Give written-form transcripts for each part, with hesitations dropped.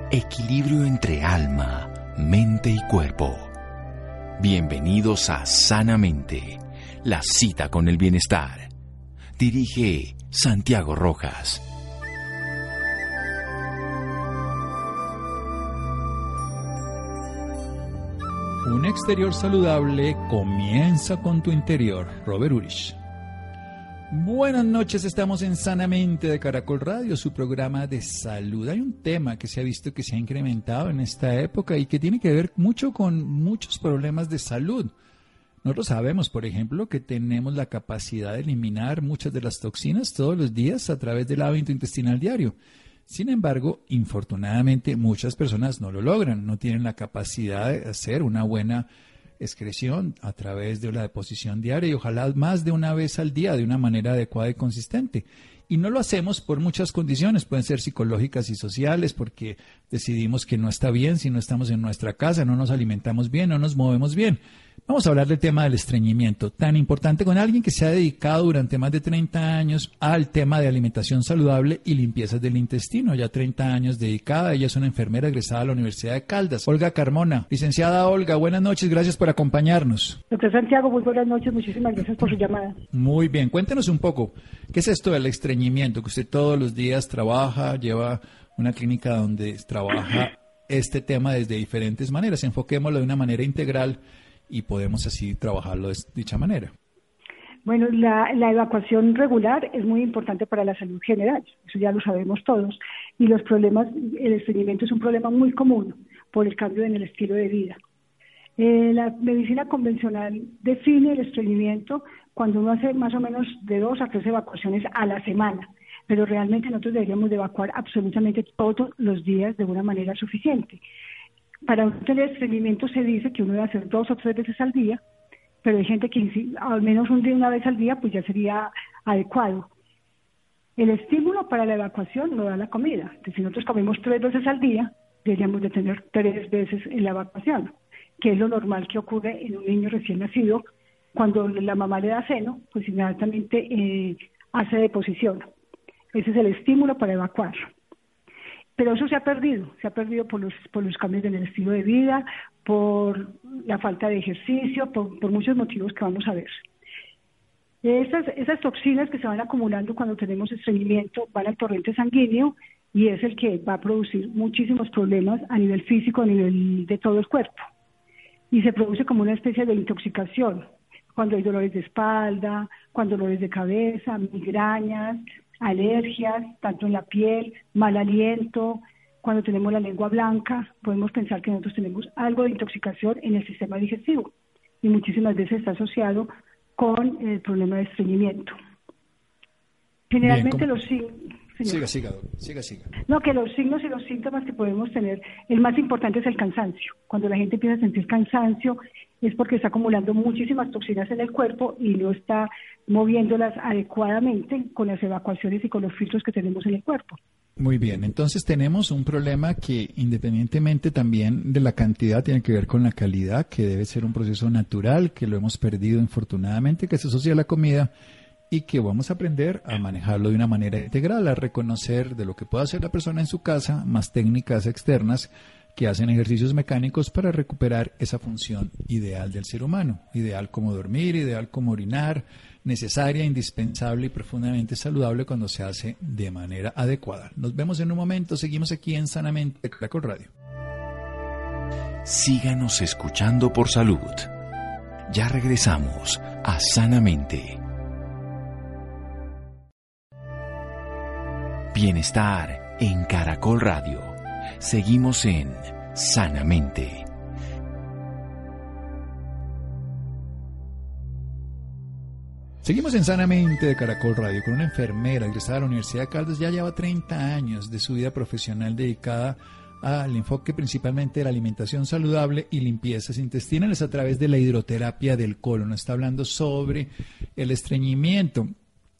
Equilibrio entre alma, mente y cuerpo. Bienvenidos a Sanamente, la cita con el bienestar. Dirige Santiago Rojas. Un exterior saludable comienza con tu interior. Robert Urich. Buenas noches, estamos en Sanamente de Caracol Radio, su programa de salud. Hay un tema que se ha visto que se ha incrementado en esta época y que tiene que ver mucho con muchos problemas de salud. Nosotros sabemos, por ejemplo, que tenemos la capacidad de eliminar muchas de las toxinas todos los días a través del hábito intestinal diario. Sin embargo, infortunadamente, muchas personas no lo logran, no tienen la capacidad de hacer una buena excreción a través de la deposición diaria y ojalá más de una vez al día de una manera adecuada y consistente. Y no lo hacemos por muchas condiciones, pueden ser psicológicas y sociales, porque decidimos que no está bien si no estamos en nuestra casa, no nos alimentamos bien, no nos movemos bien. Vamos a hablar del tema del estreñimiento, tan importante con alguien que se ha dedicado durante más de 30 años al tema de alimentación saludable y limpieza del intestino, ya 30 años dedicada. Ella es una enfermera egresada de la Universidad de Caldas. Olga Carmona. Licenciada Olga, buenas noches, gracias por acompañarnos. Doctor Santiago, muy buenas noches, muchísimas gracias por su llamada. Muy bien, cuéntenos un poco, ¿qué es esto del estreñimiento? Que usted todos los días trabaja, lleva una clínica donde trabaja este tema desde diferentes maneras. Enfoquémoslo de una manera integral y podemos así trabajarlo de dicha manera. Bueno, la evacuación regular es muy importante para la salud general, eso ya lo sabemos todos, y los problemas, el estreñimiento es un problema muy común por el cambio en el estilo de vida. La medicina convencional define el estreñimiento cuando uno hace más o menos de 2 a 3 evacuaciones a la semana, pero realmente nosotros deberíamos de evacuar absolutamente todos los días de una manera suficiente. Para un estreñimiento se dice que uno debe hacer 2 o 3 veces al día, pero hay gente que al menos una vez al día pues ya sería adecuado. El estímulo para la evacuación lo da la comida. Entonces, si nosotros comemos 3 veces al día, deberíamos de tener 3 veces en la evacuación, que es lo normal que ocurre en un niño recién nacido. Cuando la mamá le da seno, pues inmediatamente hace deposición. Ese es el estímulo para evacuar. Pero eso se ha perdido por los cambios en el estilo de vida, por la falta de ejercicio, por muchos motivos que vamos a ver. Esas toxinas que se van acumulando cuando tenemos estreñimiento van al torrente sanguíneo y es el que va a producir muchísimos problemas a nivel físico, a nivel de todo el cuerpo. Y se produce como una especie de intoxicación, cuando hay dolores de espalda, cuando dolores de cabeza, migrañas, alergias, tanto en la piel, mal aliento. Cuando tenemos la lengua blanca, podemos pensar que nosotros tenemos algo de intoxicación en el sistema digestivo y muchísimas veces está asociado con el problema de estreñimiento. Generalmente los signos... Siga. No, que los signos y los síntomas que podemos tener, el más importante es el cansancio. Cuando la gente empieza a sentir cansancio es porque está acumulando muchísimas toxinas en el cuerpo y no está moviéndolas adecuadamente con las evacuaciones y con los filtros que tenemos en el cuerpo. Muy bien, entonces tenemos un problema que independientemente también de la cantidad tiene que ver con la calidad, que debe ser un proceso natural, que lo hemos perdido infortunadamente, que se asocia a la comida y que vamos a aprender a manejarlo de una manera integral, a reconocer de lo que puede hacer la persona en su casa, más técnicas externas que hacen ejercicios mecánicos para recuperar esa función ideal del ser humano, ideal como dormir, ideal como orinar, necesaria, indispensable y profundamente saludable cuando se hace de manera adecuada. Nos vemos en un momento, seguimos aquí en Sanamente de Caracol Radio. Síganos escuchando por salud. Ya regresamos a Sanamente. Bienestar en Caracol Radio. Seguimos en Sanamente. Seguimos en Sanamente de Caracol Radio con una enfermera egresada de la Universidad de Caldas. Ya lleva 30 años de su vida profesional dedicada al enfoque principalmente de la alimentación saludable y limpiezas intestinales a través de la hidroterapia del colon. Está hablando sobre el estreñimiento.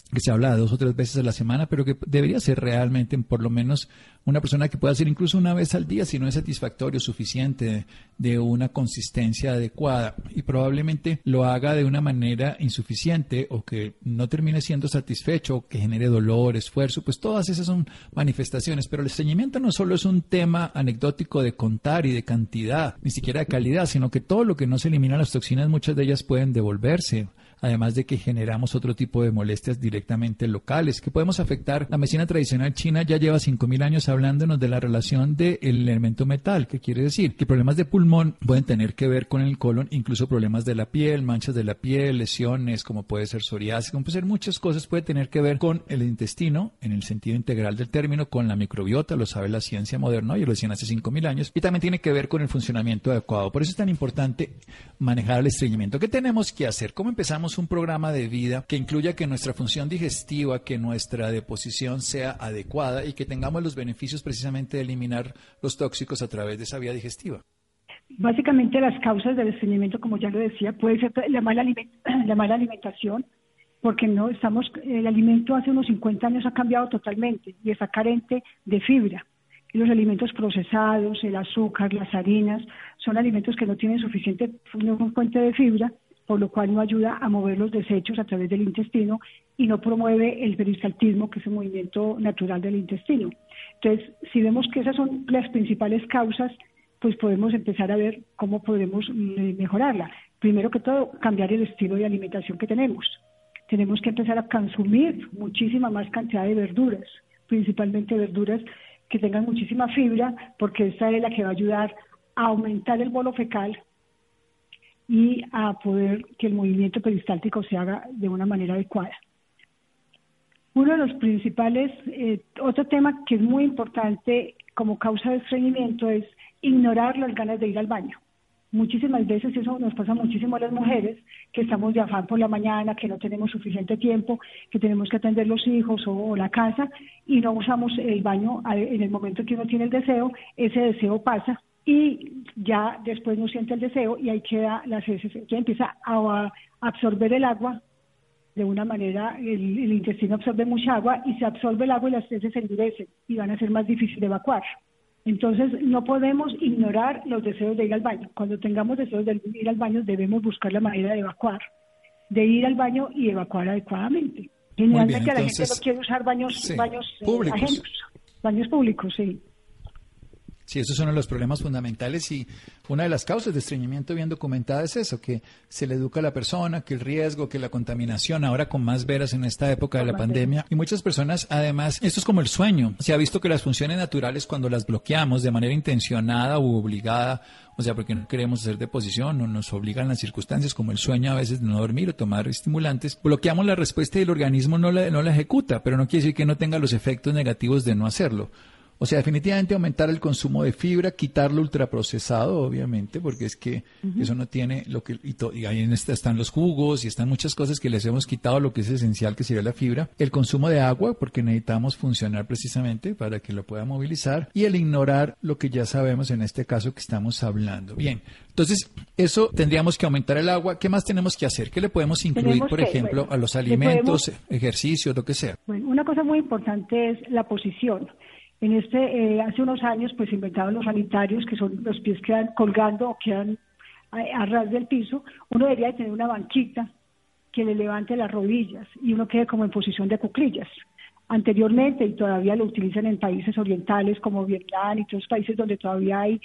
que se habla 2 o 3 veces a la semana, pero que debería ser realmente por lo menos una persona que pueda hacer incluso una vez al día, si no es satisfactorio, suficiente, de una consistencia adecuada, y probablemente lo haga de una manera insuficiente o que no termine siendo satisfecho, o que genere dolor, esfuerzo, pues todas esas son manifestaciones. Pero el estreñimiento no solo es un tema anecdótico de contar y de cantidad, ni siquiera de calidad, sino que todo lo que no se elimina las toxinas, muchas de ellas pueden devolverse. Además de que generamos otro tipo de molestias directamente locales que podemos afectar. La medicina tradicional china ya lleva 5.000 años hablándonos de la relación del elemento metal, que quiere decir que problemas de pulmón pueden tener que ver con el colon, incluso problemas de la piel, manchas de la piel, lesiones, como puede ser psoriasis, como puede ser muchas cosas, puede tener que ver con el intestino, en el sentido integral del término, con la microbiota, lo sabe la ciencia moderna, y lo decían hace 5.000 años, y también tiene que ver con el funcionamiento adecuado. Por eso es tan importante manejar el estreñimiento. ¿Qué tenemos que hacer? ¿Cómo empezamos un programa de vida que incluya que nuestra función digestiva, que nuestra deposición sea adecuada y que tengamos los beneficios precisamente de eliminar los tóxicos a través de esa vía digestiva? Básicamente las causas del estreñimiento, como ya lo decía, puede ser la mala alimentación, porque no estamos, el alimento hace unos 50 años ha cambiado totalmente y está carente de fibra. Y los alimentos procesados, el azúcar, las harinas, son alimentos que no tienen suficiente fuente de fibra, por lo cual no ayuda a mover los desechos a través del intestino y no promueve el peristaltismo, que es el movimiento natural del intestino. Entonces, si vemos que esas son las principales causas, pues podemos empezar a ver cómo podemos mejorarla. Primero que todo, cambiar el estilo de alimentación que tenemos. Tenemos que empezar a consumir muchísima más cantidad de verduras, principalmente verduras que tengan muchísima fibra, porque esta es la que va a ayudar a aumentar el bolo fecal y a poder que el movimiento peristáltico se haga de una manera adecuada. Uno de los principales, otro tema que es muy importante como causa de estreñimiento es ignorar las ganas de ir al baño. Muchísimas veces eso nos pasa muchísimo a las mujeres, que estamos de afán por la mañana, que no tenemos suficiente tiempo, que tenemos que atender los hijos o la casa y no usamos el baño en el momento que uno tiene el deseo. Ese deseo pasa y ya después no siente el deseo y ahí queda las heces. Entonces empieza a absorber el agua de una manera, el intestino absorbe mucha agua y se absorbe el agua y las heces se endurecen y van a ser más difíciles de evacuar. Entonces no podemos ignorar los deseos de ir al baño. Cuando tengamos deseos de ir al baño debemos buscar la manera de evacuar, de ir al baño y evacuar adecuadamente. Generalmente la gente no quiere usar baños públicos. Ajenos, baños públicos, sí. Sí, esos son uno de los problemas fundamentales y una de las causas de estreñimiento bien documentada es eso, que se le educa a la persona, que el riesgo, que la contaminación, ahora con más veras en esta época de la pandemia. Y muchas personas, además, esto es como el sueño. Se ha visto que las funciones naturales, cuando las bloqueamos de manera intencionada u obligada, o sea, porque no queremos hacer deposición o nos obligan las circunstancias, como el sueño a veces de no dormir o tomar estimulantes, bloqueamos la respuesta y el organismo no la ejecuta, pero no quiere decir que no tenga los efectos negativos de no hacerlo. O sea, definitivamente aumentar el consumo de fibra, quitar lo ultraprocesado, obviamente, porque es que eso no tiene lo que, y ahí están los jugos y están muchas cosas que les hemos quitado lo que es esencial, que sería la fibra. El consumo de agua, porque necesitamos funcionar precisamente para que lo pueda movilizar, y el ignorar lo que ya sabemos en este caso que estamos hablando. Bien, entonces, eso tendríamos que aumentar el agua. ¿Qué más tenemos que hacer? ¿Qué le podemos incluir, por ejemplo, a los alimentos, ejercicios, lo que sea? Bueno, una cosa muy importante es la posición. Hace unos años pues inventaron los sanitarios, que son los pies quedan colgando o quedan a ras del piso. Uno debería tener una banquita que le levante las rodillas y uno quede como en posición de cuclillas. Anteriormente, y todavía lo utilizan en países orientales como Vietnam y otros países donde todavía hay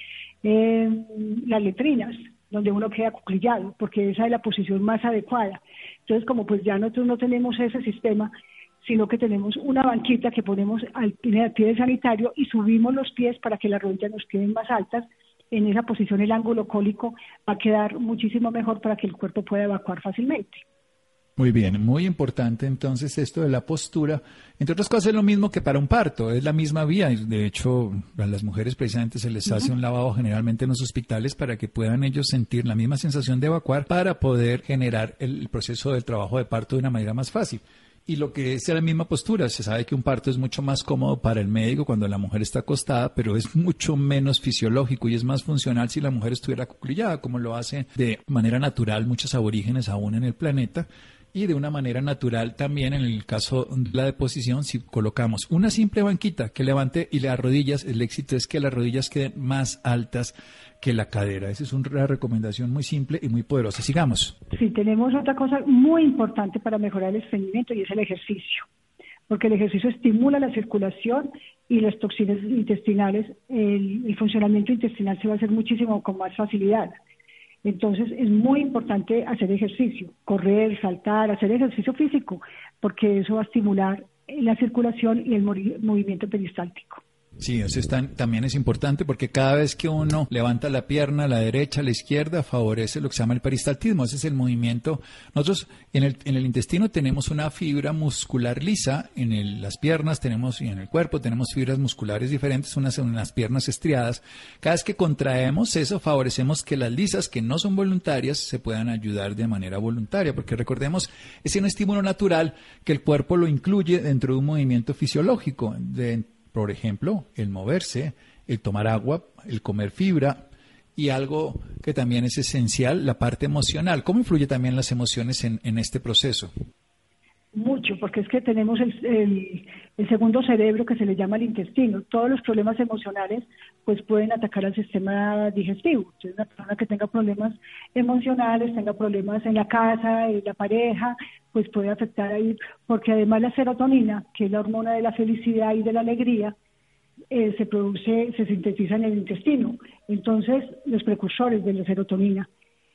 las letrinas, donde uno queda cuclillado, porque esa es la posición más adecuada. Entonces, como pues ya nosotros no tenemos ese sistema, sino que tenemos una banquita que ponemos al pie del sanitario y subimos los pies para que las rodillas nos queden más altas. En esa posición el ángulo cólico va a quedar muchísimo mejor para que el cuerpo pueda evacuar fácilmente. Muy bien, muy importante entonces esto de la postura. Entre otras cosas es lo mismo que para un parto, es la misma vía. De hecho, a las mujeres precisamente se les hace un lavado generalmente en los hospitales para que puedan ellos sentir la misma sensación de evacuar para poder generar el proceso del trabajo de parto de una manera más fácil. Y lo que es la misma postura, se sabe que un parto es mucho más cómodo para el médico cuando la mujer está acostada, pero es mucho menos fisiológico y es más funcional si la mujer estuviera acuclillada, como lo hace de manera natural muchos aborígenes aún en el planeta. Y de una manera natural también, en el caso de la deposición, si colocamos una simple banquita que levante y las rodillas, el éxito es que las rodillas queden más altas que la cadera. Esa es una recomendación muy simple y muy poderosa. Sigamos. Sí, tenemos otra cosa muy importante para mejorar el estreñimiento y es el ejercicio, porque el ejercicio estimula la circulación y las toxinas intestinales, el funcionamiento intestinal se va a hacer muchísimo con más facilidad. Entonces es muy importante hacer ejercicio, correr, saltar, hacer ejercicio físico, porque eso va a estimular la circulación y el movimiento peristáltico. Sí, eso también es importante porque cada vez que uno levanta la pierna, la derecha, la izquierda, favorece lo que se llama el peristaltismo. Ese es el movimiento. Nosotros en el intestino tenemos una fibra muscular lisa, las piernas tenemos y en el cuerpo tenemos fibras musculares diferentes, unas en las piernas estriadas. Cada vez que contraemos eso, favorecemos que las lisas, que no son voluntarias, se puedan ayudar de manera voluntaria, porque recordemos, es un estímulo natural que el cuerpo lo incluye dentro de un movimiento fisiológico, por ejemplo, el moverse, el tomar agua, el comer fibra y algo que también es esencial, la parte emocional. ¿Cómo influye también las emociones en este proceso? Mucho, porque es que tenemos el segundo cerebro que se le llama el intestino. Todos los problemas emocionales pues pueden atacar al sistema digestivo. Entonces, una persona que tenga problemas emocionales, tenga problemas en la casa, en la pareja, pues puede afectar ahí, porque además la serotonina, que es la hormona de la felicidad y de la alegría, se sintetiza en el intestino. Entonces, los precursores de la serotonina.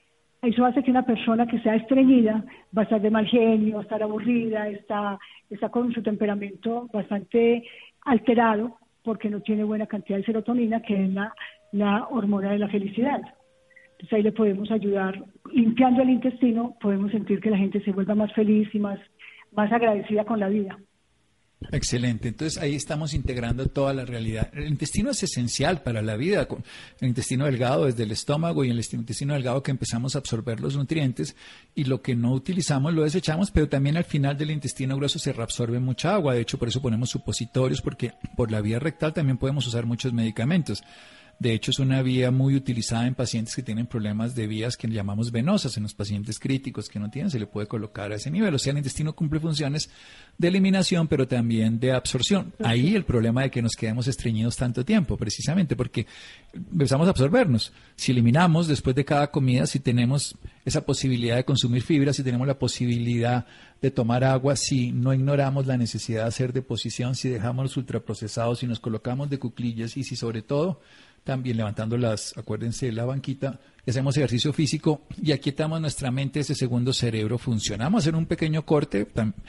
Eso hace que una persona que sea estreñida va a estar de mal genio, va a estar aburrida, está con su temperamento bastante alterado porque no tiene buena cantidad de serotonina, que es la hormona de la felicidad. Entonces ahí le podemos ayudar. Limpiando el intestino podemos sentir que la gente se vuelva más feliz y más agradecida con la vida. Excelente, entonces ahí estamos integrando toda la realidad. El intestino es esencial para la vida, el intestino delgado desde el estómago y el intestino delgado que empezamos a absorber los nutrientes y lo que no utilizamos lo desechamos, pero también al final del intestino grueso se reabsorbe mucha agua, de hecho por eso ponemos supositorios, porque por la vía rectal también podemos usar muchos medicamentos. De hecho, es una vía muy utilizada en pacientes que tienen problemas de vías que llamamos venosas. En los pacientes críticos que no tienen, se le puede colocar a ese nivel. O sea, el intestino cumple funciones de eliminación, pero también de absorción. Ahí el problema de que nos quedemos estreñidos tanto tiempo, precisamente, porque empezamos a absorbernos. Si eliminamos después de cada comida, si tenemos esa posibilidad de consumir fibra, si tenemos la posibilidad de tomar agua, si no ignoramos la necesidad de hacer deposición, si dejamos los ultraprocesados, si nos colocamos de cuclillas y si sobre todo también levantando acuérdense, la banquita, y hacemos ejercicio físico y aquietamos nuestra mente, ese segundo cerebro funciona. Vamos a hacer un pequeño corte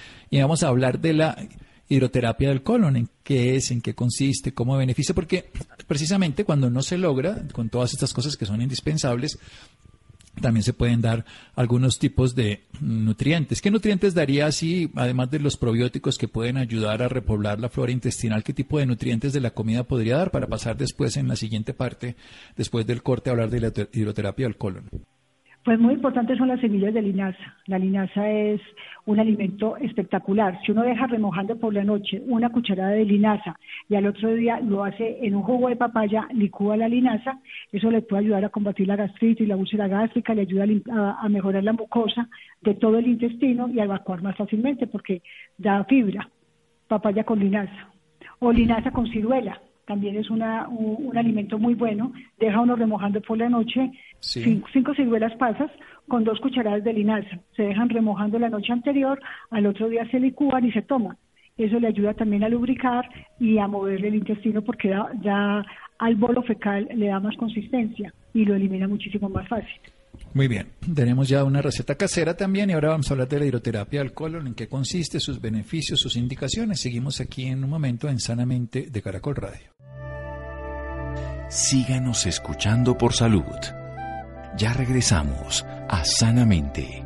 y vamos a hablar de la hidroterapia del colon, en qué es, en qué consiste, cómo beneficia, porque precisamente cuando no se logra, con todas estas cosas que son indispensables, también se pueden dar algunos tipos de nutrientes. ¿Qué nutrientes daría así, además de los probióticos que pueden ayudar a repoblar la flora intestinal? ¿Qué tipo de nutrientes de la comida podría dar para pasar después en la siguiente parte, después del corte, a hablar de la hidroterapia del colon? Pues muy importantes son las semillas de linaza. La linaza es un alimento espectacular. Si uno deja remojando por la noche una cucharada de linaza y al otro día lo hace en un jugo de papaya, licúa la linaza, eso le puede ayudar a combatir la gastritis, la úlcera gástrica, le ayuda a mejorar la mucosa de todo el intestino y a evacuar más fácilmente porque da fibra. Papaya con linaza o linaza con ciruela. También es un alimento muy bueno. Deja uno remojando por la noche 5 ciruelas pasas con 2 cucharadas de linaza. Se dejan remojando la noche anterior, al otro día se licúan y se toman. Eso le ayuda también a lubricar y a mover el intestino porque ya al bolo fecal le da más consistencia y lo elimina muchísimo más fácil. Muy bien, tenemos ya una receta casera también y ahora vamos a hablar de la hidroterapia del colon, en qué consiste, sus beneficios, sus indicaciones. Seguimos aquí en un momento en Sanamente de Caracol Radio. Síganos escuchando por salud. Ya regresamos a Sanamente.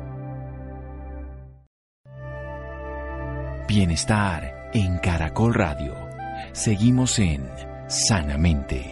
Bienestar en Caracol Radio. Seguimos en Sanamente.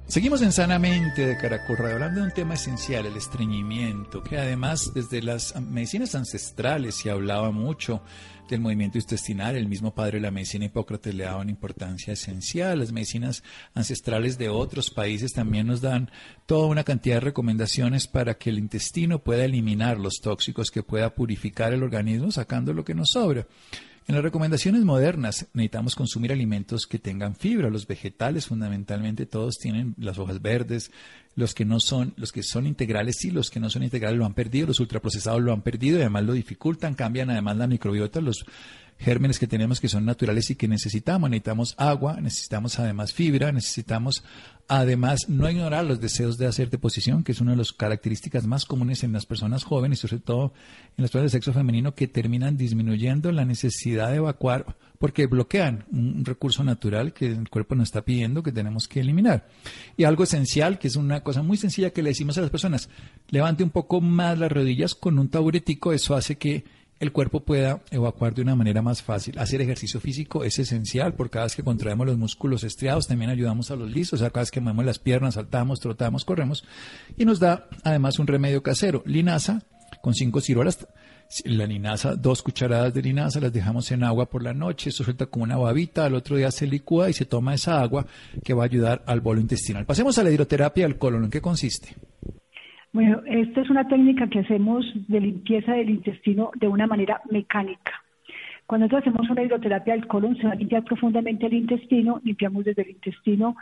Seguimos en Sanamente de Caracol Radio, hablando de un tema esencial, el estreñimiento, que además desde las medicinas ancestrales se hablaba mucho del movimiento intestinal. El mismo padre de la medicina, Hipócrates, le daba una importancia esencial. Las medicinas ancestrales de otros países también nos dan toda una cantidad de recomendaciones para que el intestino pueda eliminar los tóxicos, que pueda purificar el organismo sacando lo que nos sobra. En las recomendaciones modernas necesitamos consumir alimentos que tengan fibra. Los vegetales fundamentalmente todos tienen las hojas verdes, los que son integrales sí, los que no son integrales lo han perdido, los ultraprocesados lo han perdido y además lo dificultan, cambian además la microbiota, los gérmenes que tenemos que son naturales y que necesitamos agua, necesitamos además fibra, necesitamos además no ignorar los deseos de hacer deposición, que es una de las características más comunes en las personas jóvenes, sobre todo en las personas del sexo femenino, que terminan disminuyendo la necesidad de evacuar porque bloquean un recurso natural que el cuerpo nos está pidiendo que tenemos que eliminar. Y algo esencial, que es una cosa muy sencilla que le decimos a las personas: levante un poco más las rodillas con un taburetico, eso hace que el cuerpo pueda evacuar de una manera más fácil. Hacer ejercicio físico es esencial, porque cada vez que contraemos los músculos estriados también ayudamos a los lisos, o sea, cada vez que movemos las piernas, saltamos, trotamos, corremos, y nos da además un remedio casero, linaza con 5 ciruelas. La linaza, 2 cucharadas de linaza, las dejamos en agua por la noche, eso suelta como una babita, al otro día se licúa y se toma esa agua que va a ayudar al bolo intestinal. Pasemos a la hidroterapia del colon. ¿En qué consiste? Bueno, esta es una técnica que hacemos de limpieza del intestino de una manera mecánica. Cuando nosotros hacemos una hidroterapia del colon, se va a limpiar profundamente el intestino, limpiamos desde el intestino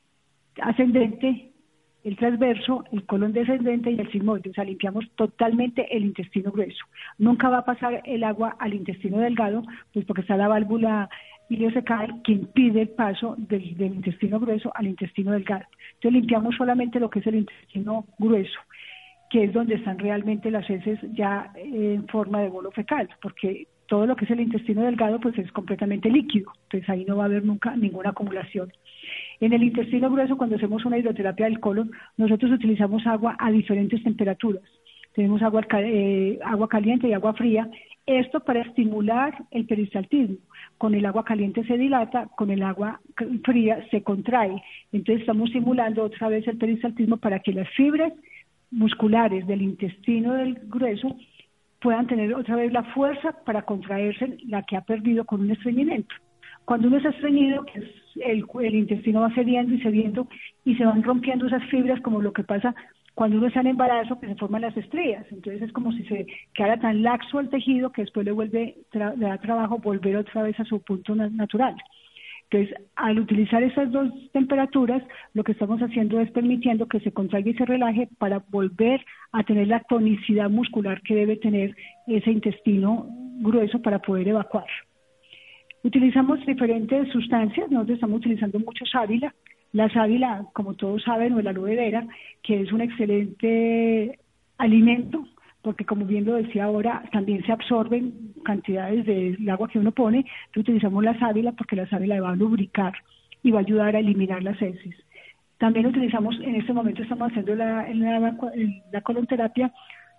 ascendente, el transverso, el colon descendente y el sigmoide, o sea, limpiamos totalmente el intestino grueso. Nunca va a pasar el agua al intestino delgado, pues porque está la válvula ileocecal que impide el paso del intestino grueso al intestino delgado. Entonces limpiamos solamente lo que es el intestino grueso, que es donde están realmente las heces ya en forma de bolo fecal, porque todo lo que es el intestino delgado pues es completamente líquido, entonces ahí no va a haber nunca ninguna acumulación. En el intestino grueso, cuando hacemos una hidroterapia del colon, nosotros utilizamos agua a diferentes temperaturas. Tenemos agua caliente y agua fría. Esto para estimular el peristaltismo. Con el agua caliente se dilata, con el agua fría se contrae. Entonces estamos estimulando otra vez el peristaltismo para que las fibras musculares del intestino del grueso puedan tener otra vez la fuerza para contraerse, la que ha perdido con un estreñimiento. Cuando uno está estreñido, pues el intestino va cediendo y cediendo y se van rompiendo esas fibras, como lo que pasa cuando uno está en embarazo, que se forman las estrías. Entonces es como si se quedara tan laxo el tejido que después le da trabajo volver otra vez a su punto natural. Entonces, al utilizar esas 2 temperaturas, lo que estamos haciendo es permitiendo que se contraiga y se relaje para volver a tener la tonicidad muscular que debe tener ese intestino grueso para poder evacuar. Utilizamos diferentes sustancias, nosotros estamos utilizando mucho sábila. La sábila, como todos saben, o el aloe vera, que es un excelente alimento, porque como bien lo decía ahora, también se absorben cantidades del agua que uno pone. Entonces utilizamos la sábila porque la sábila va a lubricar y va a ayudar a eliminar las heces. También utilizamos, en este momento estamos haciendo la colonterapia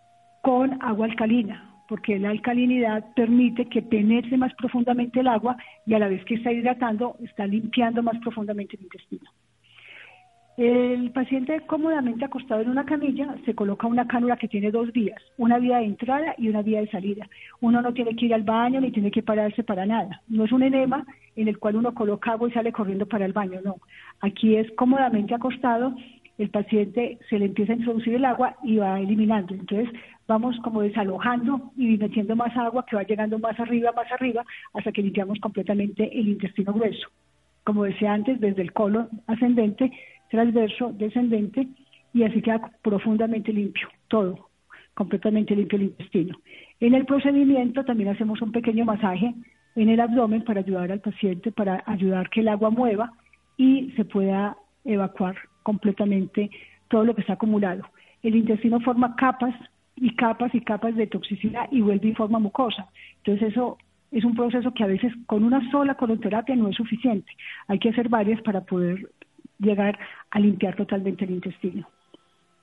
con agua alcalina, porque la alcalinidad permite que penetre más profundamente el agua y a la vez que está hidratando, está limpiando más profundamente el intestino. El paciente cómodamente acostado en una camilla se coloca una cánula que tiene 2 vías, una vía de entrada y una vía de salida. Uno no tiene que ir al baño ni tiene que pararse para nada. No es un enema en el cual uno coloca agua y sale corriendo para el baño, no. Aquí es cómodamente acostado, el paciente se le empieza a introducir el agua y va eliminando. Entonces vamos como desalojando y metiendo más agua que va llegando más arriba, hasta que limpiamos completamente el intestino grueso. Como decía antes, desde el colon ascendente, transverso, descendente, y así queda profundamente limpio, todo, completamente limpio el intestino. En el procedimiento también hacemos un pequeño masaje en el abdomen para ayudar al paciente, para ayudar que el agua mueva y se pueda evacuar completamente todo lo que está acumulado. El intestino forma capas y capas y capas de toxicidad y vuelve y forma mucosa. Entonces eso es un proceso que a veces con una sola colonterapia no es suficiente. Hay que hacer varias para poder llegar a limpiar totalmente el intestino.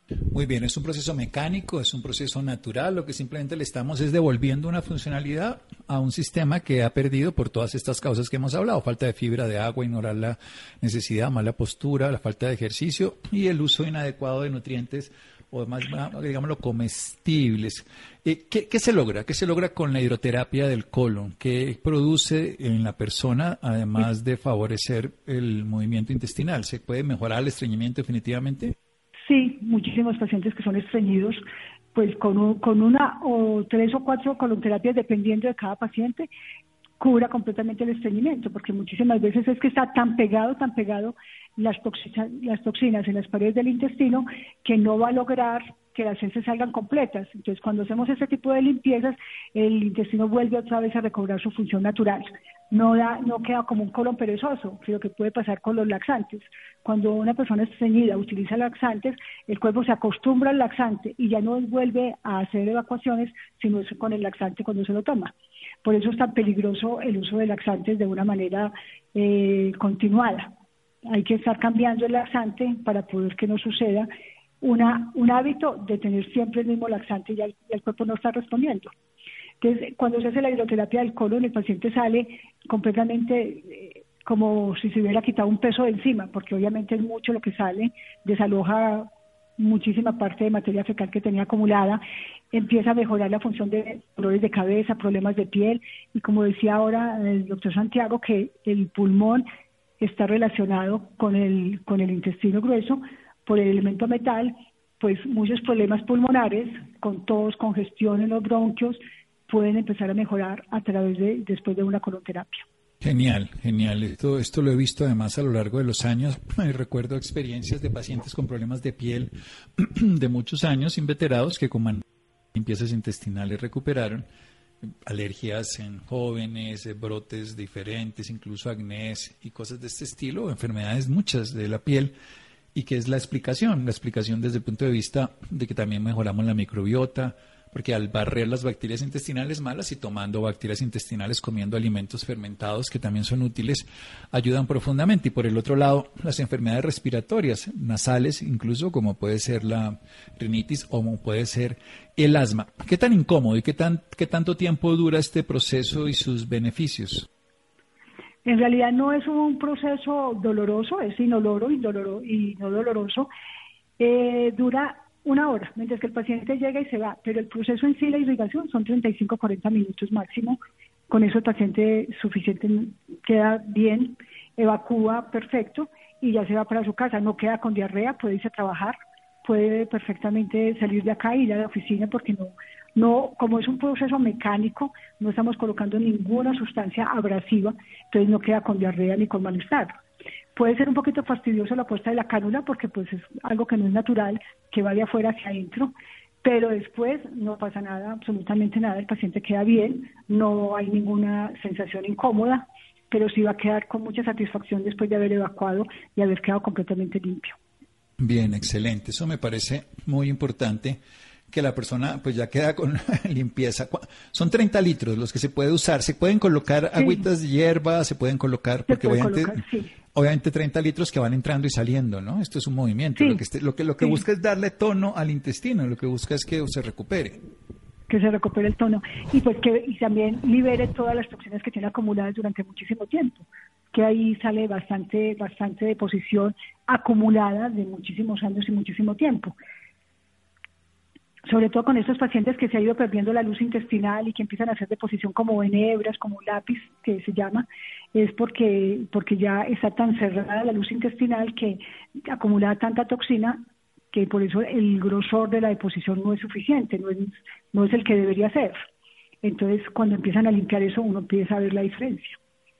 Muy bien, ¿es un proceso mecánico, es un proceso natural? Lo que simplemente le estamos es devolviendo una funcionalidad a un sistema que ha perdido por todas estas causas que hemos hablado: falta de fibra, de agua, ignorar la necesidad, mala postura, la falta de ejercicio y el uso inadecuado de nutrientes o más, digámoslo, comestibles. ¿Qué se logra? ¿Qué se logra con la hidroterapia del colon? ¿Qué produce en la persona, además de favorecer el movimiento intestinal? ¿Se puede mejorar el estreñimiento definitivamente? Sí, muchísimos pacientes que son estreñidos, pues con una o 3 o 4 colonterapias, dependiendo de cada paciente, cubra completamente el estreñimiento, porque muchísimas veces es que está tan pegado las toxinas en las paredes del intestino que no va a lograr que las heces salgan completas. Entonces, cuando hacemos este tipo de limpiezas, el intestino vuelve otra vez a recobrar su función natural. No queda como un colon perezoso, que es lo que puede pasar con los laxantes. Cuando una persona estreñida utiliza laxantes, el cuerpo se acostumbra al laxante y ya no vuelve a hacer evacuaciones, sino es con el laxante cuando se lo toma. Por eso es tan peligroso el uso de laxantes de una manera continuada. Hay que estar cambiando el laxante para poder que no suceda un hábito de tener siempre el mismo laxante y el cuerpo no está respondiendo. Entonces, cuando se hace la hidroterapia del colon, el paciente sale completamente como si se hubiera quitado un peso de encima, porque obviamente es mucho lo que sale, desaloja muchísima parte de materia fecal que tenía acumulada, empieza a mejorar la función de dolores de cabeza, problemas de piel, y como decía ahora el doctor Santiago, que el pulmón está relacionado con el intestino grueso por el elemento metal, pues muchos problemas pulmonares, con tos, congestión en los bronquios, pueden empezar a mejorar después de una colonterapia. Genial, genial. Esto lo he visto además a lo largo de los años. Recuerdo experiencias de pacientes con problemas de piel de muchos años, inveterados, que con limpiezas intestinales recuperaron. Alergias en jóvenes, brotes diferentes, incluso acné y cosas de este estilo, enfermedades muchas de la piel. ¿Y qué es la explicación? La explicación desde el punto de vista de que también mejoramos la microbiota, porque al barrer las bacterias intestinales malas y tomando bacterias intestinales, comiendo alimentos fermentados que también son útiles, ayudan profundamente. Y por el otro lado, las enfermedades respiratorias, nasales incluso, como puede ser la rinitis o como puede ser el asma. ¿Qué tan incómodo y qué tanto tiempo dura este proceso y sus beneficios? En realidad no es un proceso doloroso, es inoloro y no doloroso. Dura 1 hora, mientras que el paciente llega y se va, pero el proceso en sí, la irrigación, son 35-40 minutos máximo. Con eso el paciente suficiente queda bien, evacúa perfecto y ya se va para su casa. No queda con diarrea, puede irse a trabajar, puede perfectamente salir de acá y ir a la oficina, porque no, como es un proceso mecánico, no estamos colocando ninguna sustancia abrasiva, entonces no queda con diarrea ni con malestar. Puede ser un poquito fastidioso la puesta de la cánula, porque pues es algo que no es natural, que va de afuera hacia adentro, pero después no pasa nada, absolutamente nada, el paciente queda bien, no hay ninguna sensación incómoda, pero sí va a quedar con mucha satisfacción después de haber evacuado y haber quedado completamente limpio. Bien, excelente, eso me parece muy importante, que la persona pues ya queda con limpieza. Son 30 litros los que se puede usar. Se pueden colocar agüitas de hierba, se pueden colocar, porque obviamente 30 litros que van entrando y saliendo, ¿no? Esto es un movimiento. Sí. Lo que busca es darle tono al intestino, lo que busca es que se recupere. Que se recupere el tono y pues y también libere todas las toxinas que tiene acumuladas durante muchísimo tiempo, que ahí sale bastante deposición acumulada de muchísimos años y muchísimo tiempo. Sobre todo con estos pacientes que se ha ido perdiendo la luz intestinal y que empiezan a hacer deposición como en hebras, como lápiz, que se llama, es porque ya está tan cerrada la luz intestinal, que acumula tanta toxina, que por eso el grosor de la deposición no es suficiente, no es el que debería ser. Entonces, cuando empiezan a limpiar eso, uno empieza a ver la diferencia.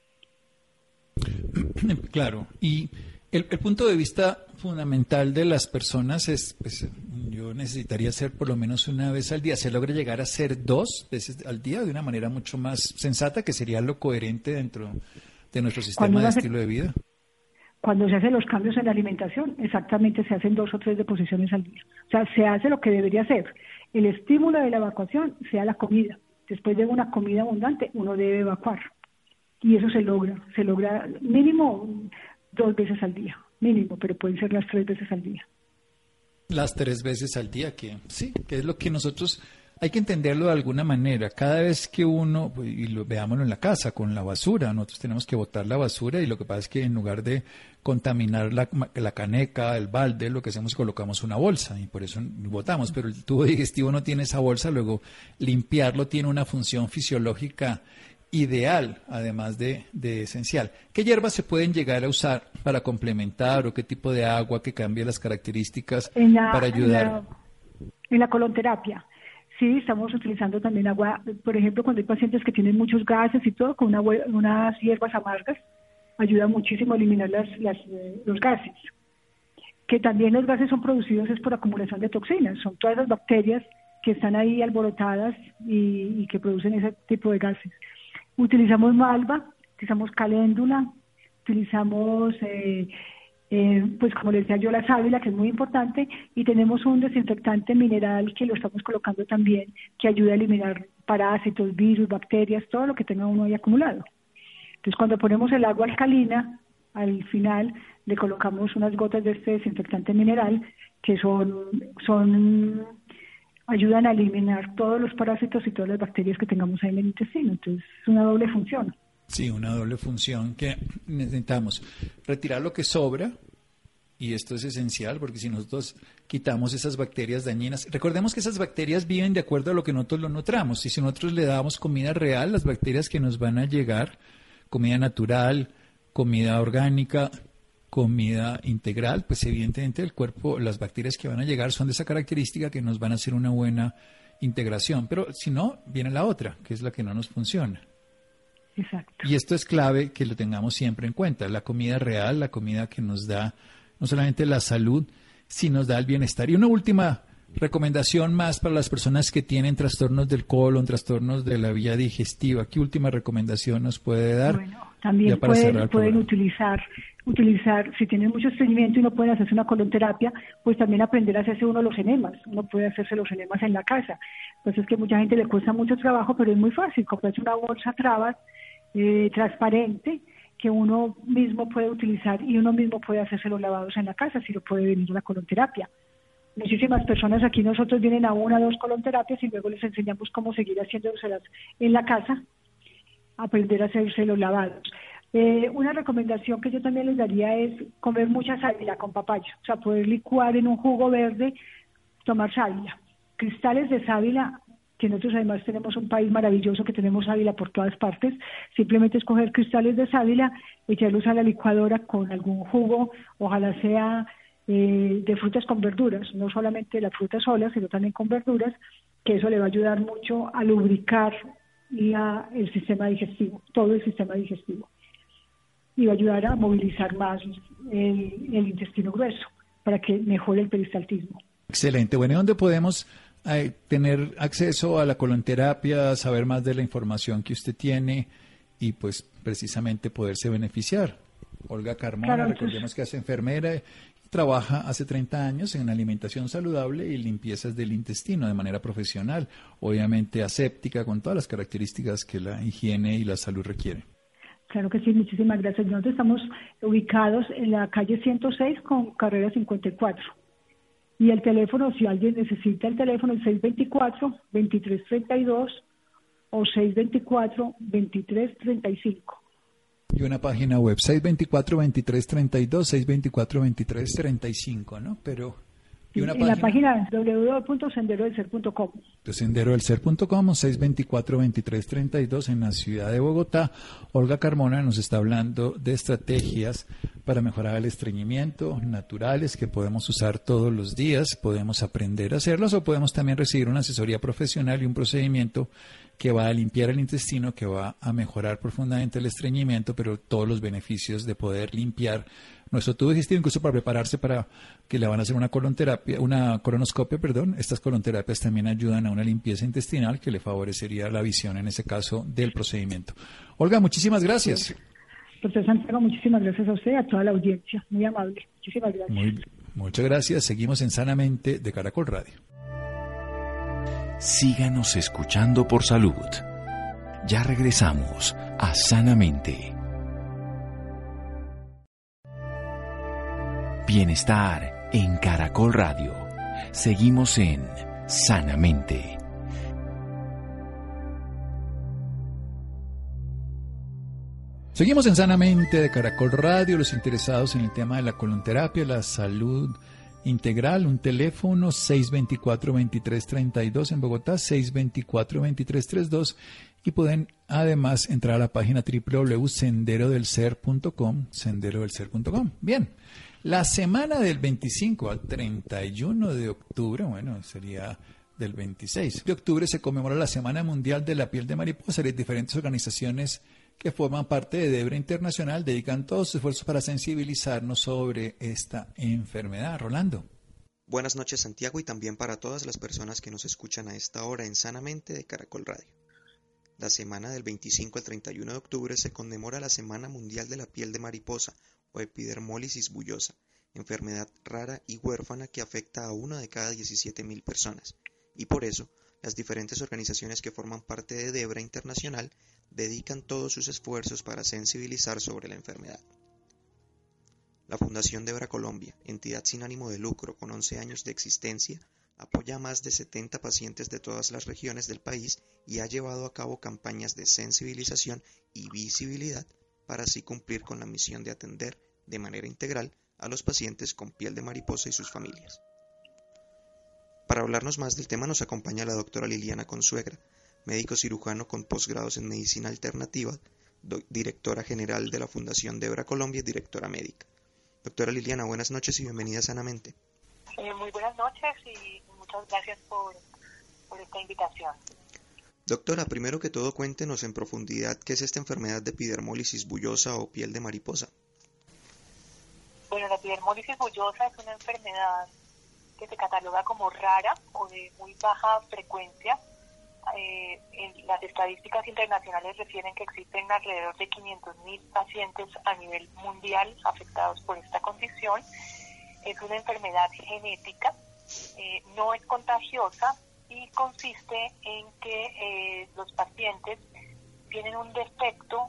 Claro, y el punto de vista fundamental de las personas es, pues, yo necesitaría hacer por lo menos 1 vez al día. ¿Se logra llegar a hacer 2 veces al día de una manera mucho más sensata, que sería lo coherente dentro de nuestro sistema de estilo de vida? Cuando se hacen los cambios en la alimentación, exactamente se hacen 2 o 3 deposiciones al día. O sea, se hace lo que debería hacer. El estímulo de la evacuación sea la comida. Después de una comida abundante, uno debe evacuar. Y eso se logra mínimo 2 veces al día, mínimo, pero pueden ser las 3 veces al día. Las 3 veces al día, que sí, que es lo que nosotros hay que entenderlo de alguna manera. Cada vez que uno, y veámoslo en la casa, con la basura, nosotros tenemos que botar la basura y lo que pasa es que en lugar de contaminar la caneca, el balde, lo que hacemos es colocamos una bolsa y por eso botamos, pero el tubo digestivo no tiene esa bolsa, luego limpiarlo tiene una función fisiológica ideal, además de esencial. ¿Qué hierbas se pueden llegar a usar para complementar o qué tipo de agua que cambie las características para ayudar? En la colonterapia. Sí, estamos utilizando también agua, por ejemplo, cuando hay pacientes que tienen muchos gases y todo, con unas hierbas amargas, ayuda muchísimo a eliminar los gases. Que también los gases son producidos es por acumulación de toxinas, son todas las bacterias que están ahí alborotadas y que producen ese tipo de gases. Utilizamos malva, utilizamos caléndula, utilizamos, pues como les decía yo, la sábila, que es muy importante, y tenemos un desinfectante mineral que lo estamos colocando también, que ayuda a eliminar parásitos, virus, bacterias, todo lo que tenga uno ahí acumulado. Entonces, cuando ponemos el agua alcalina, al final le colocamos unas gotas de este desinfectante mineral que ayudan a eliminar todos los parásitos y todas las bacterias que tengamos ahí en el intestino. Entonces, es una doble función. Sí, una doble función que necesitamos retirar lo que sobra, y esto es esencial porque si nosotros quitamos esas bacterias dañinas, recordemos que esas bacterias viven de acuerdo a lo que nosotros lo nutramos, y si nosotros le damos comida real, las bacterias que nos van a llegar, comida natural, comida orgánica, comida integral, pues evidentemente el cuerpo, las bacterias que van a llegar son de esa característica que nos van a hacer una buena integración, pero si no, viene la otra, que es la que no nos funciona. Exacto. Y esto es clave que lo tengamos siempre en cuenta, la comida real, la comida que nos da no solamente la salud, sino nos da el bienestar. Y una última recomendación más para las personas que tienen trastornos del colon, trastornos de la vía digestiva. ¿Qué última recomendación nos puede dar? Bueno, también pueden utilizar, si tienen mucho estreñimiento y no pueden hacerse una colonterapia, pues también aprender a hacerse uno los enemas. Uno puede hacerse los enemas en la casa. Pues es que mucha gente le cuesta mucho trabajo, pero es muy fácil. Comprarse una bolsa Trabas transparente que uno mismo puede utilizar y uno mismo puede hacerse los lavados en la casa si lo puede venir a la colonterapia. Muchísimas personas aquí nosotros vienen a 1 o 2 colonterapias y luego les enseñamos cómo seguir haciéndoselas en la casa, aprender a hacerse los lavados. Una recomendación que yo también les daría es comer mucha sábila con papaya, o sea, poder licuar en un jugo verde, tomar sábila, cristales de sábila, que nosotros además tenemos un país maravilloso que tenemos sábila por todas partes. Simplemente es coger cristales de sábila, echarlos a la licuadora con algún jugo, ojalá sea de frutas con verduras, no solamente la fruta sola, sino también con verduras, que eso le va a ayudar mucho a lubricar el sistema digestivo, todo el sistema digestivo, y va a ayudar a movilizar más el intestino grueso para que mejore el peristaltismo. Excelente. Bueno, ¿y dónde podemos tener acceso a la colonterapia, saber más de la información que usted tiene y pues precisamente poderse beneficiar? Olga Carmona, claro, recordemos que es enfermera y trabaja hace 30 años en alimentación saludable y limpiezas del intestino de manera profesional, obviamente aséptica, con todas las características que la higiene y la salud requieren. Claro que sí, muchísimas gracias. Nosotros estamos ubicados en la calle 106 con carrera 54. Y el teléfono, si alguien necesita el teléfono, es 624-2332 o 624-2335. Y una página web, 624-2332, 624-2335, ¿no? Pero... ¿y una en la página www.senderodelser.com. Senderodelser.com, 624-2332 en la ciudad de Bogotá. Olga Carmona nos está hablando de estrategias para mejorar el estreñimiento, naturales que podemos usar todos los días, podemos aprender a hacerlos o podemos también recibir una asesoría profesional y un procedimiento que va a limpiar el intestino, que va a mejorar profundamente el estreñimiento, pero todos los beneficios de poder limpiar nuestro tubo digestivo, incluso para prepararse para que le van a hacer una colonoscopia, Estas colonterapias también ayudan a una limpieza intestinal que le favorecería la visión en ese caso del procedimiento. Olga, muchísimas gracias. Doctor Santiago, muchísimas gracias a usted y a toda la audiencia. Muy amable. Muchísimas gracias. Muchas gracias. Seguimos en Sanamente de Caracol Radio. Síganos escuchando por salud. Ya regresamos a Sanamente. Bienestar en Caracol Radio. Seguimos en Sanamente. Seguimos en Sanamente de Caracol Radio, los interesados en el tema de la colonterapia, la salud integral, un teléfono 624-2332 en Bogotá, 624-2332, y pueden además entrar a la página www.senderodelser.com, senderodelser.com. Bien, la semana del 25 al 31 de octubre, bueno, sería del 26 de octubre, se conmemora la Semana Mundial de la Piel de Mariposa. Las diferentes organizaciones que forman parte de Debra Internacional dedican todos sus esfuerzos para sensibilizarnos sobre esta enfermedad. Rolando. Buenas noches, Santiago, y también para todas las personas que nos escuchan a esta hora en Sanamente de Caracol Radio. La semana del 25 al 31 de octubre se conmemora la Semana Mundial de la Piel de Mariposa o epidermólisis bullosa, enfermedad rara y huérfana que afecta a 1 de cada 17.000 personas, y por eso las diferentes organizaciones que forman parte de Debra Internacional dedican todos sus esfuerzos para sensibilizar sobre la enfermedad. La Fundación Debra Colombia, entidad sin ánimo de lucro con 11 años de existencia, apoya a más de 70 pacientes de todas las regiones del país y ha llevado a cabo campañas de sensibilización y visibilidad para así cumplir con la misión de atender de manera integral a los pacientes con piel de mariposa y sus familias. Para hablarnos más del tema nos acompaña la doctora Liliana Consuegra, médico cirujano con posgrados en medicina alternativa, directora general de la Fundación Debra Colombia y directora médica. Doctora Liliana, buenas noches y bienvenida a Sanamente. Muy buenas noches y muchas gracias por esta invitación. Doctora, primero que todo cuéntenos en profundidad qué es esta enfermedad de epidermólisis bullosa o piel de mariposa. Bueno, la epidermólisis bullosa es una enfermedad que se cataloga como rara o de muy baja frecuencia. Las estadísticas internacionales refieren que existen alrededor de 500.000 pacientes a nivel mundial afectados por esta condición. Es una enfermedad genética, no es contagiosa y consiste en que los pacientes tienen un defecto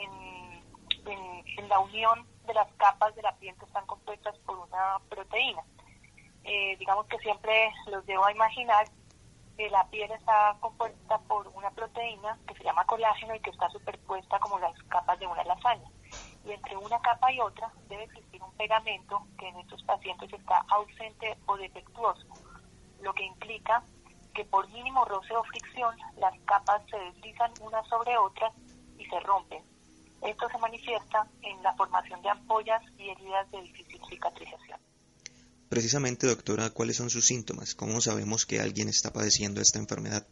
en la unión de las capas de la piel que están compuestas por una proteína. Digamos que siempre los llevo a imaginar que la piel está compuesta por una proteína que se llama colágeno y que está superpuesta como las capas de una lasaña. Y entre una capa y otra debe existir un pegamento que en estos pacientes está ausente o defectuoso, lo que implica que por mínimo roce o fricción las capas se deslizan unas sobre otras y se rompen. Esto se manifiesta en la formación de ampollas y heridas de difícil cicatrización. Precisamente, doctora, ¿cuáles son sus síntomas? ¿Cómo sabemos que alguien está padeciendo esta enfermedad?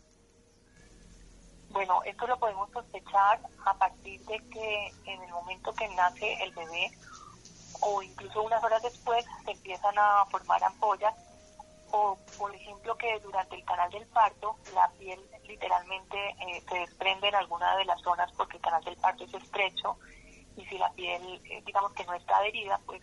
Bueno, esto lo podemos sospechar a partir de que en el momento que nace el bebé o incluso unas horas después se empiezan a formar ampollas o, por ejemplo, que durante el canal del parto la piel literalmente se desprende en alguna de las zonas porque el canal del parto es estrecho y si la piel, digamos que no está adherida, pues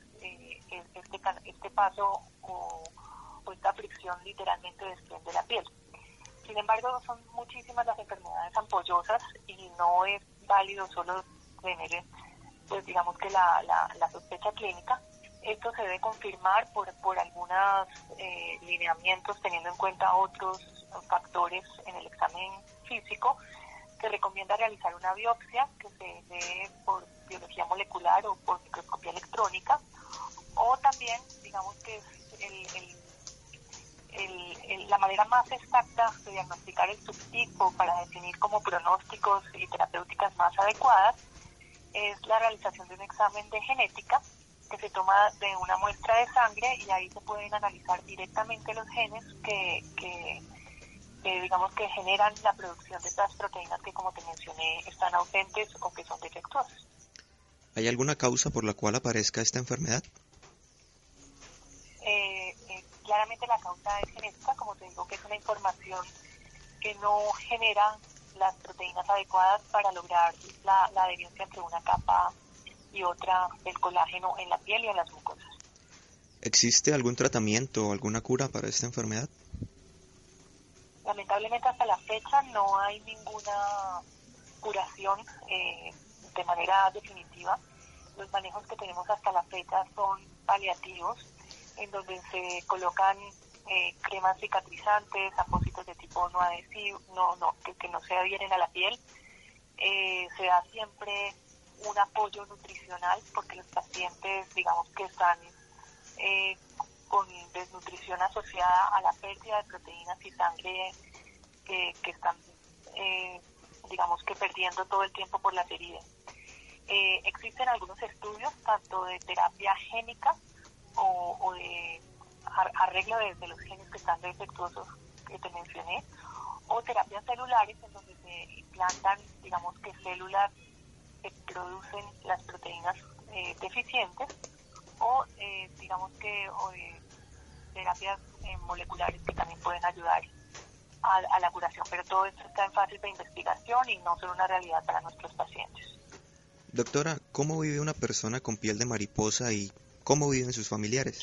este paso o esta fricción literalmente desprende la piel. Sin embargo, son muchísimas las enfermedades ampollosas y no es válido solo tener, pues digamos que la sospecha clínica. Esto se debe confirmar por algunos lineamientos teniendo en cuenta otros factores en el examen físico. Se recomienda realizar una biopsia que se ve por biología molecular o por microscopía electrónica, o también, digamos que es la manera más exacta de diagnosticar el subtipo para definir como pronósticos y terapéuticas más adecuadas es la realización de un examen de genética que se toma de una muestra de sangre y ahí se pueden analizar directamente los genes que digamos que generan la producción de estas proteínas que, como te mencioné, están ausentes o que son defectuosas. ¿Hay alguna causa por la cual aparezca esta enfermedad? Claramente la causa es genética, como te digo, que es una información que no genera las proteínas adecuadas para lograr la adherencia entre una capa y otra del colágeno en la piel y en las mucosas. ¿Existe algún tratamiento o alguna cura para esta enfermedad? Lamentablemente hasta la fecha no hay ninguna curación de manera definitiva. Los manejos que tenemos hasta la fecha son paliativos, en donde se colocan cremas cicatrizantes, apósitos de tipo no adhesivo, que no se adhieren a la piel. Se da siempre un apoyo nutricional porque los pacientes, digamos que están con desnutrición asociada a la pérdida de proteínas y sangre que están, digamos que perdiendo todo el tiempo por las heridas. Existen algunos estudios, tanto de terapia génica o de arreglo de los genes que están defectuosos que te mencioné, o terapias celulares en donde se implantan, digamos que células que producen las proteínas deficientes, o digamos que terapias moleculares que también pueden ayudar a la curación, pero todo esto está en fase de investigación y no son una realidad para nuestros pacientes. Doctora, ¿cómo vive una persona con piel de mariposa y cómo viven sus familiares?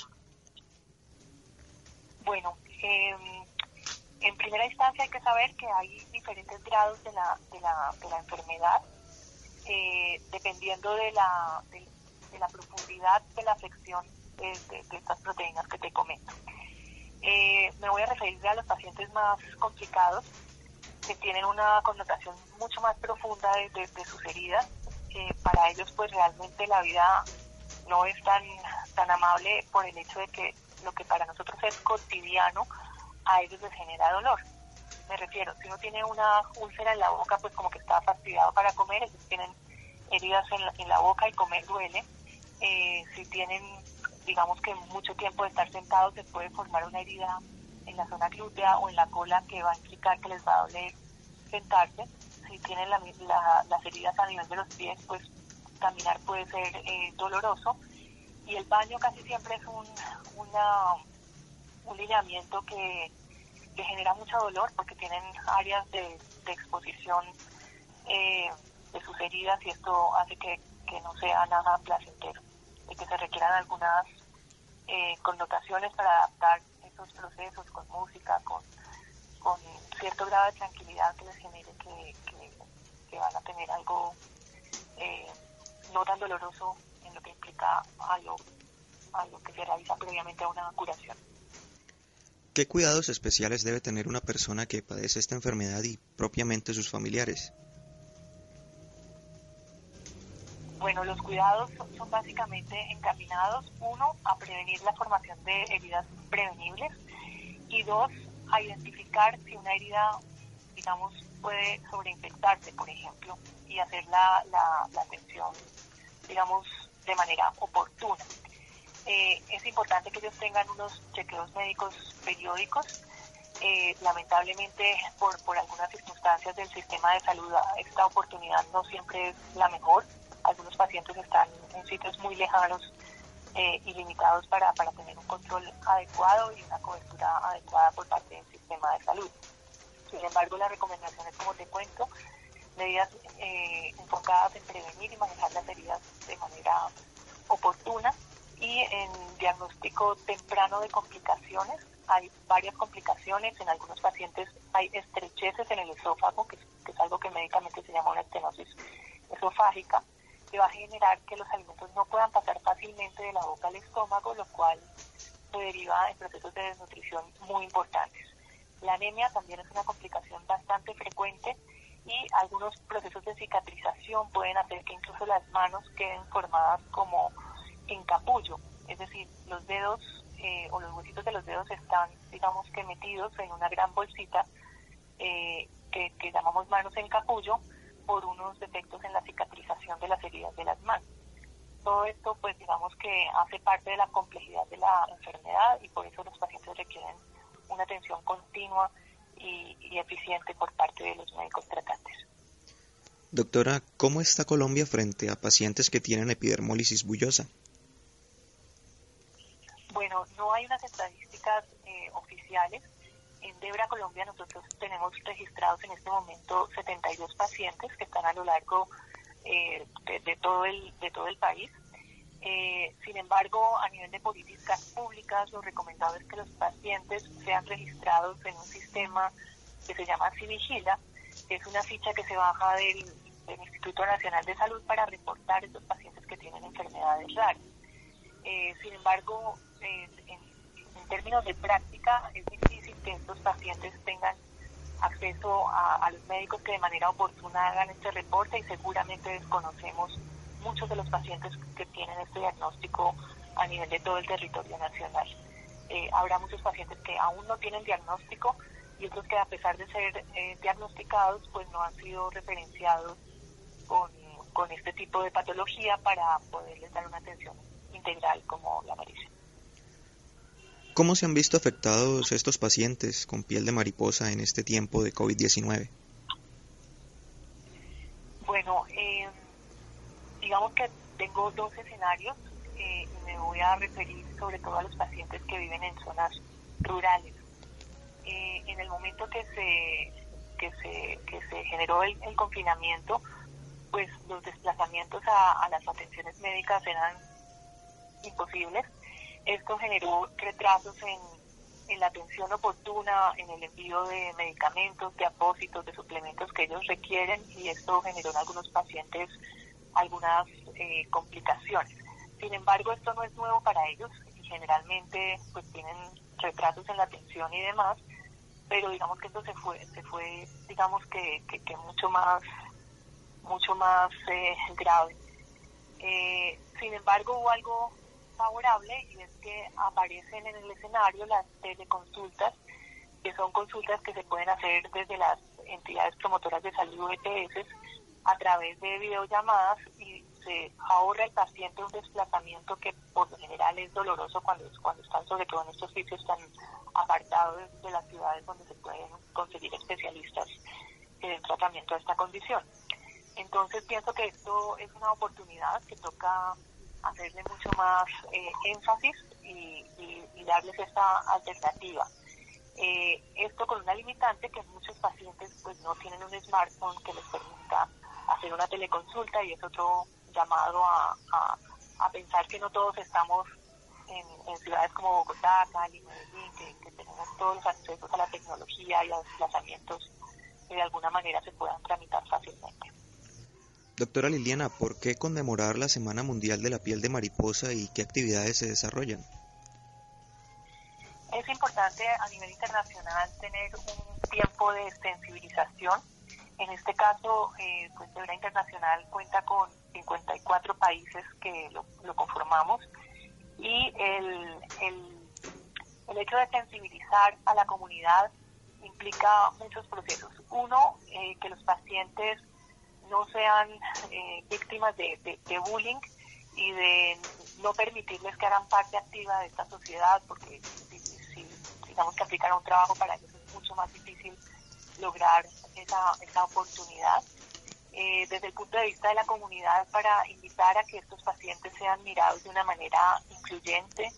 Bueno, en primera instancia hay que saber que hay diferentes grados de la enfermedad, dependiendo de la profundidad de la afección de estas proteínas que te comento. Me voy a referir a los pacientes más complicados, que tienen una connotación mucho más profunda de sus heridas. Para ellos pues realmente la vida no es tan amable por el hecho de que lo que para nosotros es cotidiano, a ellos les genera dolor. Me refiero, si uno tiene una úlcera en la boca, pues como que está fastidiado para comer, ellos tienen heridas en la boca y comer duele. Si tienen, digamos que mucho tiempo de estar sentados, se puede formar una herida en la zona glútea o en la cola que va a implicar que les va a doler sentarse. Si tienen las heridas a nivel de los pies, pues caminar puede ser doloroso. Y el baño casi siempre es un lineamiento que genera mucho dolor porque tienen áreas de exposición de sus heridas, y esto hace que no sea nada placentero y que se requieran algunas connotaciones para adaptar esos procesos con música, con cierto grado de tranquilidad que les genere que van a tener algo no tan doloroso en lo que implica a lo que se realiza previamente a una curación. ¿Qué cuidados especiales debe tener una persona que padece esta enfermedad y propiamente sus familiares? Bueno, los cuidados son básicamente encaminados, 1, a prevenir la formación de heridas prevenibles, y 2, a identificar si una herida, digamos, puede sobreinfectarse, por ejemplo, y hacer la atención, digamos, de manera oportuna. Es importante que ellos tengan unos chequeos médicos periódicos. Lamentablemente, por algunas circunstancias del sistema de salud, esta oportunidad no siempre es la mejor. Algunos pacientes están en sitios muy lejanos y limitados para tener un control adecuado y una cobertura adecuada por parte del sistema de salud. Sin embargo, las recomendaciones, como te cuento, medidas enfocadas en prevenir y manejar las heridas de manera oportuna, y en diagnóstico temprano de complicaciones. Hay varias complicaciones, en algunos pacientes hay estrecheces en el esófago, que es algo que médicamente se llama una estenosis esofágica, que va a generar que los alimentos no puedan pasar fácilmente de la boca al estómago, lo cual se deriva en procesos de desnutrición muy importantes. La anemia también es una complicación bastante frecuente, y algunos procesos de cicatrización pueden hacer que incluso las manos queden formadas como en capullo, es decir, los dedos o los huesitos de los dedos están, digamos que metidos en una gran bolsita que llamamos manos en capullo, por unos defectos en la cicatrización de las heridas de las manos. Todo esto, pues digamos que hace parte de la complejidad de la enfermedad, y por eso los pacientes requieren una atención continua y eficiente por parte de los médicos tratantes. Doctora, ¿cómo está Colombia frente a pacientes que tienen epidermólisis bullosa? Bueno, no hay unas estadísticas oficiales. En Debra, Colombia, nosotros tenemos registrados en este momento 72 pacientes que están a lo largo de todo el país. Sin embargo, a nivel de políticas públicas, lo recomendado es que los pacientes sean registrados en un sistema que se llama Civigila, que es una ficha que se baja del Instituto Nacional de Salud para reportar estos pacientes que tienen enfermedades raras. Sin embargo, en términos de práctica es difícil que estos pacientes tengan acceso a los médicos que de manera oportuna hagan este reporte, y seguramente desconocemos muchos de los pacientes que tienen este diagnóstico a nivel de todo el territorio nacional. Habrá muchos pacientes que aún no tienen diagnóstico y otros que, a pesar de ser diagnosticados, pues no han sido referenciados con este tipo de patología para poderles dar una atención integral como la merecen. ¿Cómo se han visto afectados estos pacientes con piel de mariposa en este tiempo de COVID-19? Bueno, digamos que tengo dos escenarios y me voy a referir sobre todo a los pacientes que viven en zonas rurales. En el momento que se generó el confinamiento, pues los desplazamientos a las atenciones médicas eran imposibles. Esto generó retrasos en la atención oportuna, en el envío de medicamentos, de apósitos, de suplementos que ellos requieren, y esto generó en algunos pacientes algunas complicaciones. Sin embargo, esto no es nuevo para ellos y generalmente pues tienen retrasos en la atención y demás, pero digamos que esto se fue digamos que mucho más grave. Sin embargo, hubo algo favorable, y es que aparecen en el escenario las teleconsultas, que son consultas que se pueden hacer desde las entidades promotoras de salud, EPS, a través de videollamadas, y se ahorra al paciente un desplazamiento que por lo general es doloroso cuando están sobre todo en estos sitios tan apartados de las ciudades donde se pueden conseguir especialistas que den tratamiento a esta condición. Entonces pienso que esto es una oportunidad que toca hacerle mucho más énfasis y darles esta alternativa. Esto con una limitante, que muchos pacientes pues no tienen un smartphone que les permita hacer una teleconsulta, y es otro llamado a pensar que no todos estamos en ciudades como Bogotá, Cali, Medellín, que tenemos todos los accesos a la tecnología y a desplazamientos que de alguna manera se puedan tramitar fácilmente. Doctora Liliana, ¿por qué conmemorar la Semana Mundial de la Piel de Mariposa y qué actividades se desarrollan? Es importante a nivel internacional tener un tiempo de sensibilización. En este caso, pues de verdad internacional cuenta con 54 países que lo conformamos, y el hecho de sensibilizar a la comunidad implica muchos procesos. Uno, que los pacientes no sean víctimas de bullying y de no permitirles que hagan parte activa de esta sociedad, porque si digamos que aplican a un trabajo, para ellos es mucho más difícil lograr esa oportunidad. Desde el punto de vista de la comunidad, para invitar a que estos pacientes sean mirados de una manera incluyente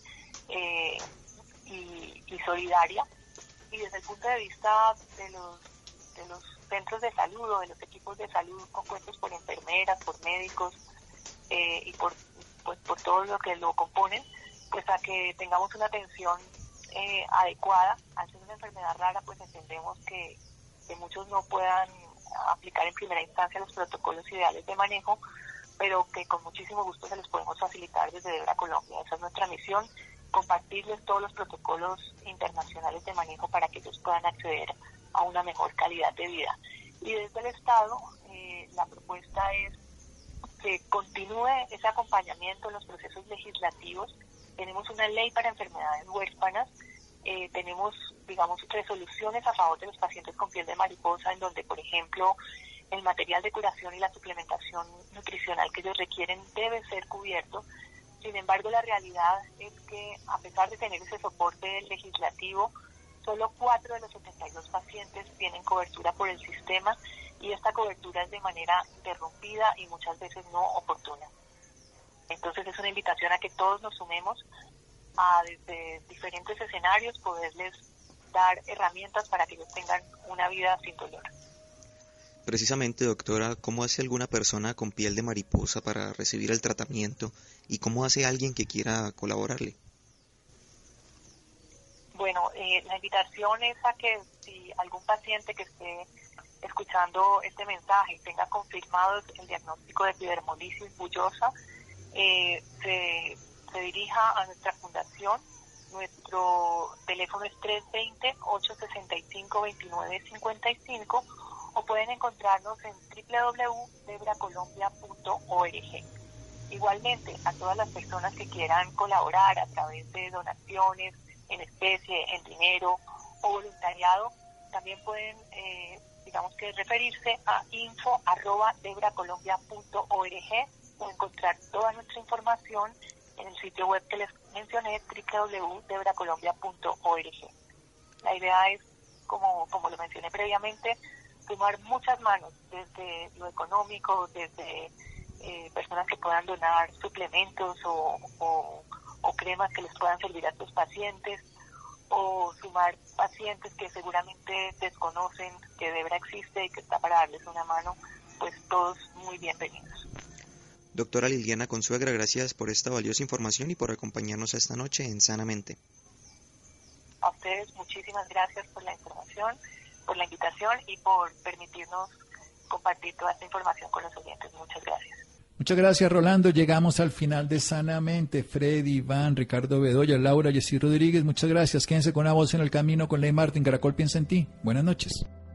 y solidaria, y desde el punto de vista de los centros de salud o de los equipos de salud compuestos por enfermeras, por médicos y por todo lo que lo componen, pues a que tengamos una atención adecuada. Al ser una enfermedad rara, pues entendemos que muchos no puedan aplicar en primera instancia los protocolos ideales de manejo, pero que con muchísimo gusto se los podemos facilitar desde Debra Colombia. Esa es nuestra misión, compartirles todos los protocolos internacionales de manejo para que ellos puedan acceder a una mejor calidad de vida. Y desde el Estado, la propuesta es que continúe ese acompañamiento en los procesos legislativos. Tenemos una ley para enfermedades huérfanas, tenemos, digamos, resoluciones a favor de los pacientes con piel de mariposa, en donde, por ejemplo, el material de curación y la suplementación nutricional que ellos requieren debe ser cubierto. Sin embargo, la realidad es que, a pesar de tener ese soporte legislativo, solo 4 de los 72 pacientes tienen cobertura por el sistema, y esta cobertura es de manera interrumpida y muchas veces no oportuna. Entonces es una invitación a que todos nos sumemos a, desde diferentes escenarios, poderles dar herramientas para que ellos tengan una vida sin dolor. Precisamente, doctora, ¿cómo hace alguna persona con piel de mariposa para recibir el tratamiento y cómo hace alguien que quiera colaborarle? Bueno, la invitación es a que si algún paciente que esté escuchando este mensaje y tenga confirmado el diagnóstico de epidermolisis bullosa, se dirija a nuestra fundación Nuestro teléfono es 320-865-2955 o pueden encontrarnos en www.debracolombia.org. Igualmente, a todas las personas que quieran colaborar a través de donaciones en especie, en dinero o voluntariado, también pueden, referirse a info@debracolombia.org o encontrar toda nuestra información en el sitio web que les mencioné, www.debracolombia.org. La idea es, como lo mencioné previamente, sumar muchas manos, desde lo económico, desde personas que puedan donar suplementos o cremas que les puedan servir a sus pacientes, o sumar pacientes que seguramente desconocen que Debra existe y que está para darles una mano, pues todos muy bienvenidos. Doctora Liliana Consuegra, gracias por esta valiosa información y por acompañarnos esta noche en Sanamente. A ustedes muchísimas gracias por la información, por la invitación y por permitirnos compartir toda esta información con los oyentes. Muchas gracias. Muchas gracias, Rolando. Llegamos al final de Sanamente. Freddy, Iván, Ricardo Bedoya, Laura, Jessy Rodríguez, muchas gracias. Quédense con Una Voz en el Camino con Ley Martín. Caracol piensa en ti. Buenas noches.